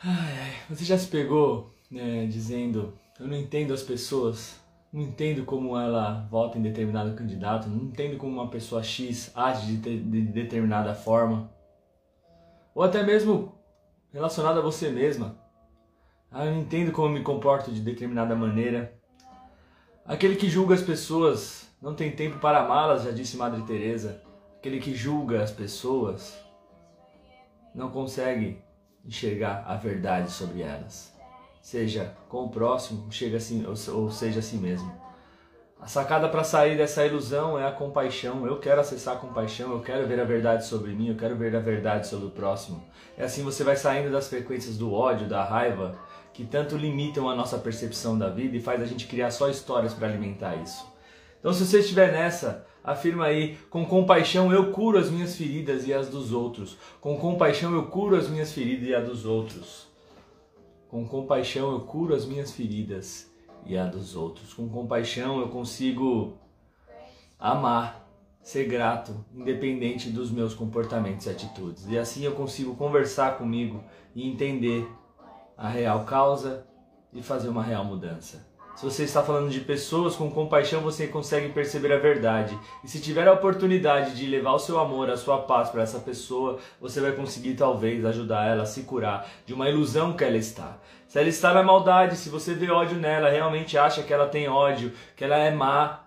Você já se pegou, né, dizendo: eu não entendo as pessoas, não entendo como ela vota em determinado candidato, não entendo como uma pessoa X age de determinada forma, ou até mesmo relacionado a você mesma. Eu não entendo como me comporto de determinada maneira. Aquele que julga as pessoas não tem tempo para amá-las, já disse Madre Teresa. Aquele que julga as pessoas não consegue enxergar a verdade sobre elas, seja com o próximo, chega assim, ou seja assim mesmo. A sacada para sair dessa ilusão é a compaixão. Eu quero acessar a compaixão, eu quero ver a verdade sobre mim, eu quero ver a verdade sobre o próximo. É assim você vai saindo das frequências do ódio, da raiva, que tanto limitam a nossa percepção da vida e faz a gente criar só histórias para alimentar isso. Então, se você estiver nessa, afirma aí: com compaixão eu curo as minhas feridas e as dos outros. Com compaixão eu curo as minhas feridas e as dos outros. Com compaixão eu curo as minhas feridas e a dos outros. Com compaixão eu consigo amar, ser grato, independente dos meus comportamentos e atitudes. E assim eu consigo conversar comigo e entender a real causa e fazer uma real mudança. Se você está falando de pessoas, com compaixão você consegue perceber a verdade. E se tiver a oportunidade de levar o seu amor, a sua paz para essa pessoa, você vai conseguir talvez ajudar ela a se curar de uma ilusão que ela está. Se ela está na maldade, se você vê ódio nela, realmente acha que ela tem ódio, que ela é má,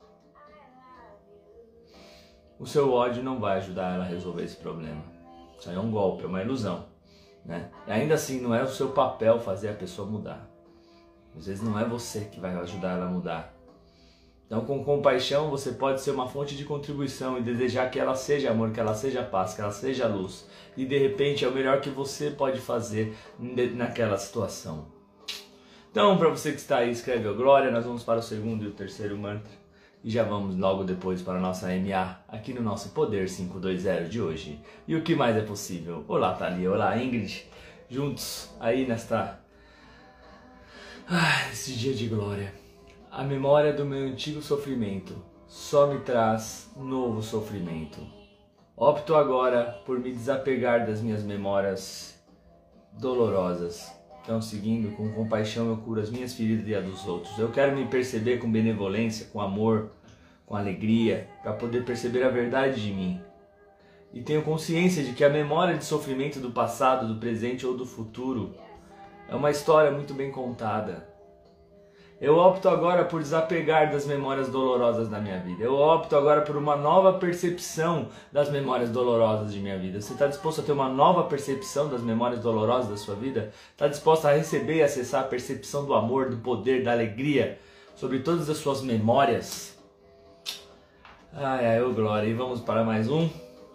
o seu ódio não vai ajudar ela a resolver esse problema. Isso aí é um golpe, é uma ilusão, né? E ainda assim não é o seu papel fazer a pessoa mudar. Às vezes não é você que vai ajudar ela a mudar. Então, com compaixão, você pode ser uma fonte de contribuição e desejar que ela seja amor, que ela seja paz, que ela seja luz. E de repente é o melhor que você pode fazer naquela situação. Então, para você que está aí, escreve o Glória. Nós vamos para o segundo e o terceiro mantra. E já vamos logo depois para a nossa MA, aqui no nosso Poder 520 de hoje. E o que mais é possível? Olá, Thalia. Olá, Ingrid. Juntos aí esse dia de glória. A memória do meu antigo sofrimento só me traz novo sofrimento. Opto agora por me desapegar das minhas memórias dolorosas. Então, seguindo, com compaixão eu curo as minhas feridas e a dos outros. Eu quero me perceber com benevolência, com amor, com alegria, para poder perceber a verdade de mim. E tenho consciência de que a memória de sofrimento do passado, do presente ou do futuro é uma história muito bem contada. Eu opto agora por desapegar das memórias dolorosas da minha vida. Eu opto agora por uma nova percepção das memórias dolorosas de minha vida. Você está disposto a ter uma nova percepção das memórias dolorosas da sua vida? Está disposto a receber e acessar a percepção do amor, do poder, da alegria sobre todas as suas memórias? Ô glória. E vamos para mais um?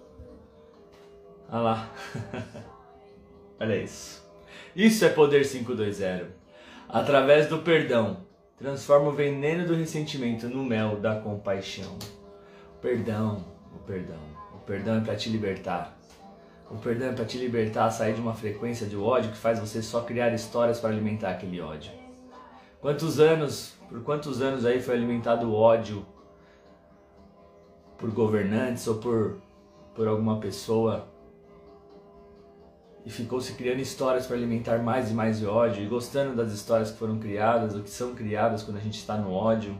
Olha lá. Olha isso. Isso é Poder 520. Através do perdão, transforma o veneno do ressentimento no mel da compaixão. O perdão é para te libertar. O perdão é para te libertar a sair de uma frequência de ódio que faz você só criar histórias para alimentar aquele ódio. Por quantos anos aí foi alimentado o ódio por governantes ou por alguma pessoa? E ficou se criando histórias para alimentar mais e mais de ódio, e gostando das histórias que foram criadas, ou que são criadas quando a gente está no ódio.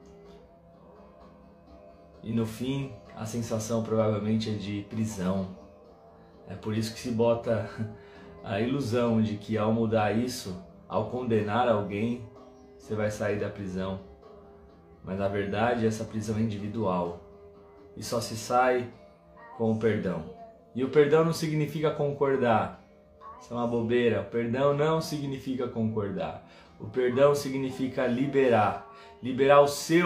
E no fim, a sensação provavelmente é de prisão. É por isso que se bota a ilusão de que ao mudar isso, ao condenar alguém, você vai sair da prisão. Mas na verdade essa prisão é individual. E só se sai com o perdão. E o perdão não significa concordar. Isso é uma bobeira. O perdão não significa concordar. O perdão significa liberar. Liberar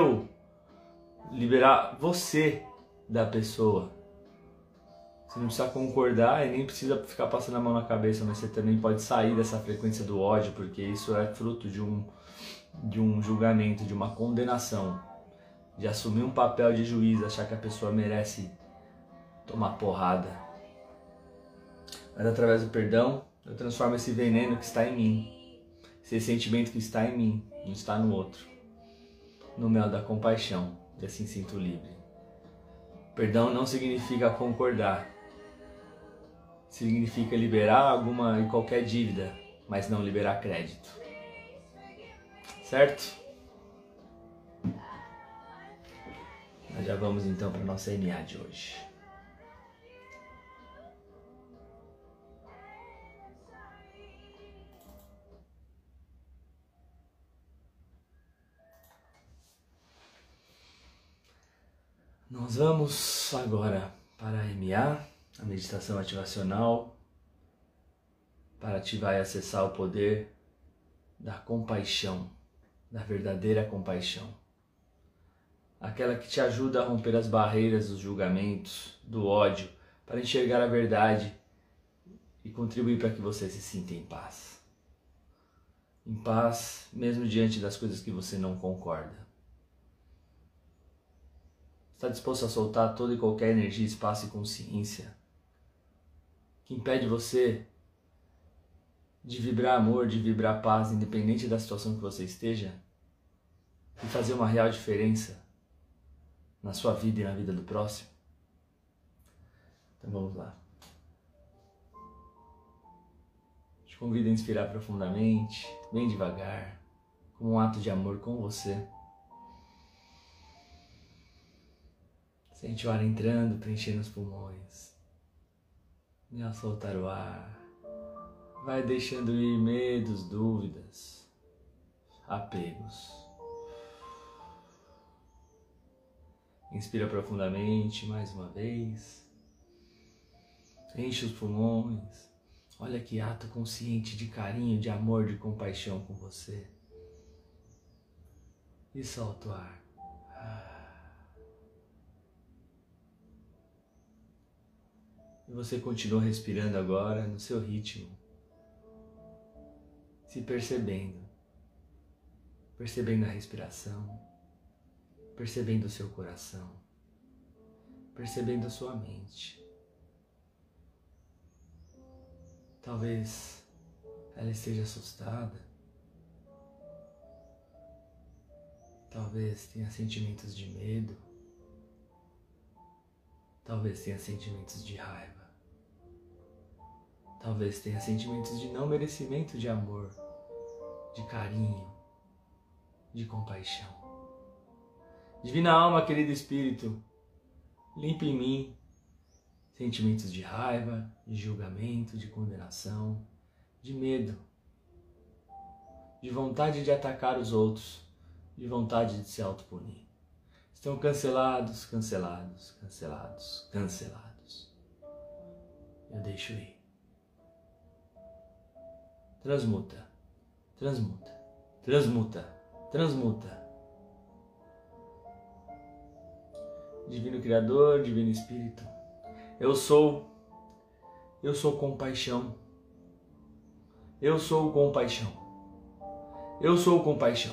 você da pessoa. Você não precisa concordar e nem precisa ficar passando a mão na cabeça, mas você também pode sair dessa frequência do ódio, porque isso é fruto de um julgamento, de uma condenação. De assumir um papel de juiz, achar que a pessoa merece tomar porrada. Mas através do perdão, eu transformo esse veneno que está em mim, esse sentimento que está em mim, não está no outro, no mel da compaixão, e assim sinto livre. Perdão não significa concordar, significa liberar alguma e qualquer dívida mas não liberar crédito. Certo? Nós já vamos então para a nossa MA de hoje. Nós vamos agora para a MA, a meditação ativacional, para ativar e acessar o poder da compaixão, da verdadeira compaixão. Aquela que te ajuda a romper as barreiras dos julgamentos, do ódio, para enxergar a verdade e contribuir para que você se sinta em paz. Em paz, mesmo diante das coisas que você não concorda. Está disposto a soltar toda e qualquer energia, espaço e consciência que impede você de vibrar amor, de vibrar paz, independente da situação que você esteja, e fazer uma real diferença na sua vida e na vida do próximo? Então vamos lá. Te convido a inspirar profundamente, bem devagar, como um ato de amor com você. Sente o ar entrando, preenchendo os pulmões. E ao soltar o ar, vai deixando ir medos, dúvidas, apegos. Inspira profundamente mais uma vez. Enche os pulmões. Olha que ato consciente de carinho, de amor, de compaixão com você. E solta o ar. E você continua respirando agora no seu ritmo. Se percebendo. Percebendo a respiração. Percebendo o seu coração. Percebendo a sua mente. Talvez ela esteja assustada. Talvez tenha sentimentos de medo. Talvez tenha sentimentos de raiva. Talvez tenha sentimentos de não merecimento de amor, de carinho, de compaixão. Divina Alma, querido Espírito, limpe em mim sentimentos de raiva, de julgamento, de condenação, de medo, de vontade de atacar os outros, de vontade de se autopunir. Estão cancelados, cancelados, cancelados, cancelados. Eu deixo ir. Transmuta, transmuta, transmuta, transmuta. Divino Criador, Divino Espírito, eu sou compaixão. Eu sou compaixão. Eu sou compaixão.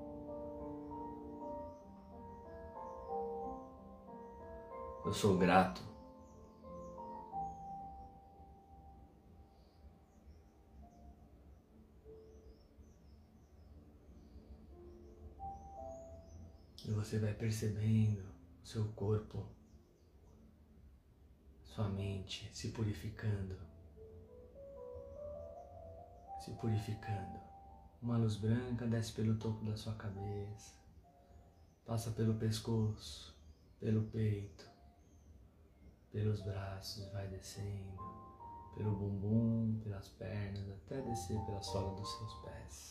Eu sou grato. E você vai percebendo o seu corpo, sua mente se purificando. Se purificando. Uma luz branca desce pelo topo da sua cabeça, passa pelo pescoço, pelo peito, pelos braços, vai descendo, pelo bumbum, pelas pernas, até descer pela sola dos seus pés.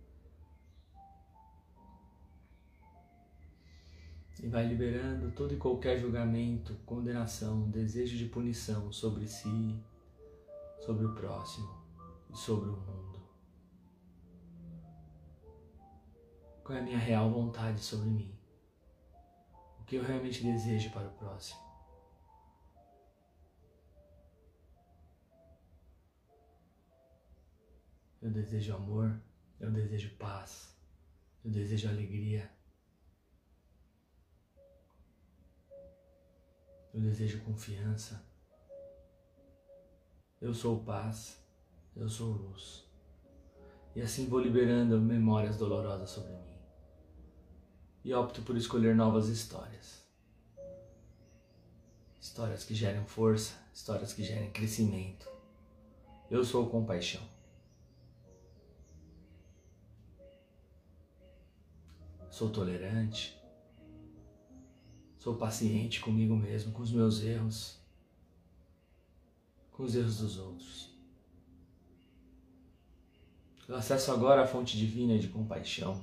E vai liberando todo e qualquer julgamento, condenação, desejo de punição sobre si, sobre o próximo e sobre o mundo. Qual é a minha real vontade sobre mim? O que eu realmente desejo para o próximo? Eu desejo amor, eu desejo paz, eu desejo alegria. Eu desejo confiança. Eu sou paz. Eu sou luz. E assim vou liberando memórias dolorosas sobre mim. E opto por escolher novas histórias. Histórias que gerem força. Histórias que gerem crescimento. Eu sou compaixão. sou tolerante, sou paciente comigo mesmo, com os meus erros, com os erros dos outros. Eu acesso agora a fonte divina de compaixão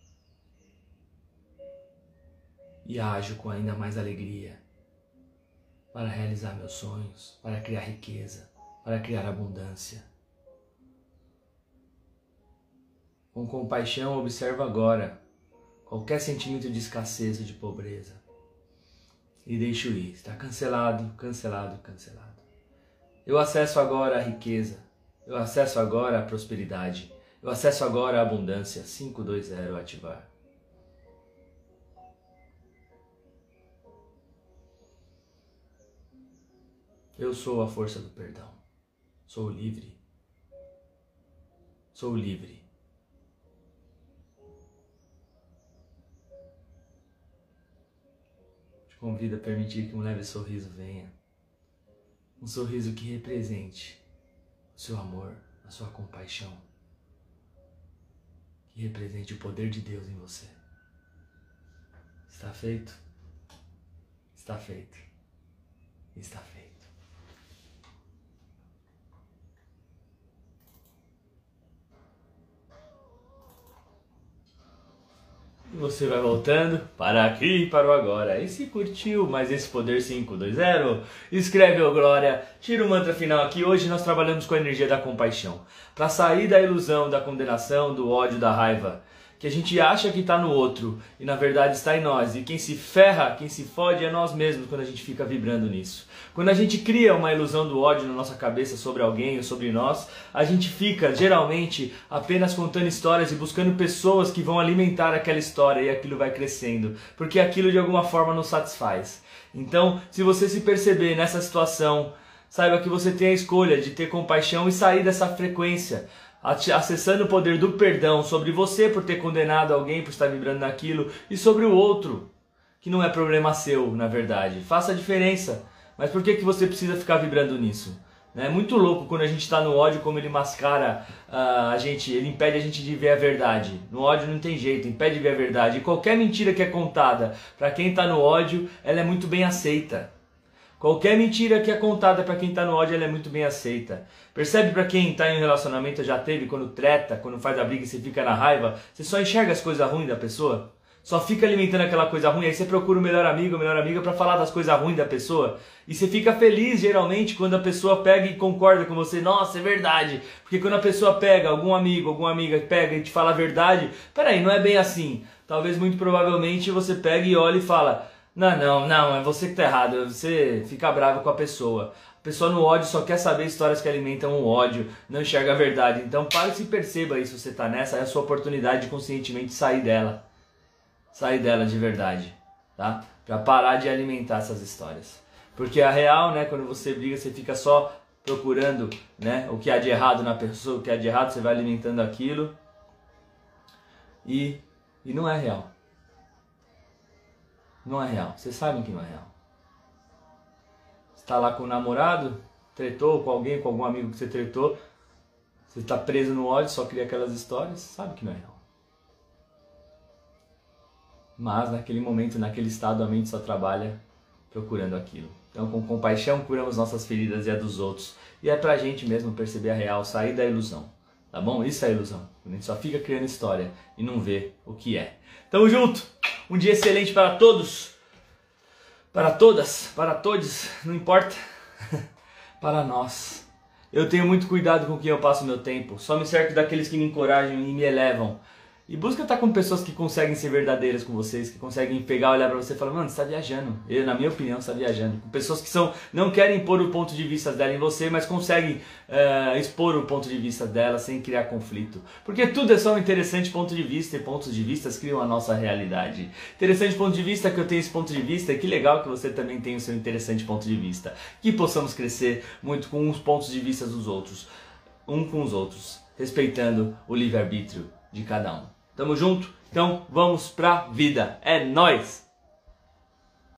e ajo com ainda mais alegria para realizar meus sonhos, para criar riqueza, para criar abundância. Com compaixão, observo agora qualquer sentimento de escassez ou de pobreza e deixo ir. Está cancelado, cancelado, cancelado. Eu acesso agora a riqueza, eu acesso agora a prosperidade, eu acesso agora a abundância. 520, ativar. Eu sou a força do perdão. Sou livre. Sou livre. Te convido a permitir que um leve sorriso venha. Um sorriso que represente o seu amor, a sua compaixão. Que represente o poder de Deus em você. Está feito? Está feito. Está feito. E você vai voltando para aqui e para o agora. E se curtiu mais esse Poder 520, escreve o glória, tira o mantra final aqui. Hoje nós trabalhamos com a energia da compaixão. Para sair da ilusão, da condenação, do ódio, da raiva. Que a gente acha que está no outro e na verdade está em nós. E quem se ferra, quem se fode é nós mesmos quando a gente fica vibrando nisso. Quando a gente cria uma ilusão do ódio na nossa cabeça sobre alguém ou sobre nós, a gente fica geralmente apenas contando histórias e buscando pessoas que vão alimentar aquela história e aquilo vai crescendo. Porque aquilo de alguma forma nos satisfaz. Então, se você se perceber nessa situação, saiba que você tem a escolha de ter compaixão e sair dessa frequência. Acessando o poder do perdão sobre você por ter condenado alguém por estar vibrando naquilo e sobre o outro, que não é problema seu, na verdade. Faça a diferença. Mas por que você precisa ficar vibrando nisso? É muito louco quando a gente está no ódio, como ele mascara a gente, ele impede a gente de ver a verdade. No ódio não tem jeito, impede de ver a verdade. E qualquer mentira que é contada para quem está no ódio, ela é muito bem aceita. Qualquer mentira que é contada para quem está no ódio, ela é muito bem aceita. Percebe para quem está em um relacionamento, já teve, quando treta, quando faz a briga e você fica na raiva, você só enxerga as coisas ruins da pessoa? Só fica alimentando aquela coisa ruim, aí você procura o melhor amigo, a melhor amiga para falar das coisas ruins da pessoa. E você fica feliz, geralmente, quando a pessoa pega e concorda com você. Nossa, é verdade. Porque quando a pessoa pega, algum amigo, alguma amiga pega e te fala a verdade, peraí, não é bem assim. Talvez, muito provavelmente, você pega e olha e fala... Não, é você que tá errado, você fica bravo com a pessoa. A pessoa no ódio só quer saber histórias que alimentam o ódio, não enxerga a verdade. Então pare e se perceba aí, se você tá nessa, é a sua oportunidade de conscientemente sair dela. Sair dela de verdade, tá? Pra parar de alimentar essas histórias. Porque a real, né, quando você briga, você fica só procurando, né, o que há de errado na pessoa, o que há de errado, você vai alimentando aquilo. E não é real. Não é real. Vocês sabem que não é real. Você está lá com o namorado, tretou com alguém, com algum amigo que você tretou, você está preso no ódio, só cria aquelas histórias, sabe que não é real. Mas naquele momento, naquele estado, a mente só trabalha procurando aquilo. Então, com compaixão, curamos nossas feridas e a dos outros. E é pra gente mesmo perceber a real, sair da ilusão. Tá bom? Isso é ilusão. A gente só fica criando história e não vê o que é. Tamo junto! Um dia excelente para todos, para todas, para todos, não importa, para nós. Eu tenho muito cuidado com quem eu passo meu tempo, só me cerco daqueles que me encorajam e me elevam. E busca estar com pessoas que conseguem ser verdadeiras com vocês, que conseguem pegar, olhar pra você e falar, mano, você tá viajando. Eu, na minha opinião, você tá viajando. Com pessoas que não querem impor o ponto de vista dela em você, mas conseguem expor o ponto de vista dela sem criar conflito. Porque tudo é só um interessante ponto de vista e pontos de vista criam a nossa realidade. Interessante ponto de vista que eu tenho esse ponto de vista e que legal que você também tem o seu interessante ponto de vista. Que possamos crescer muito com os pontos de vista dos outros, um com os outros, respeitando o livre-arbítrio de cada um. Tamo junto? Então vamos pra vida. É nóis!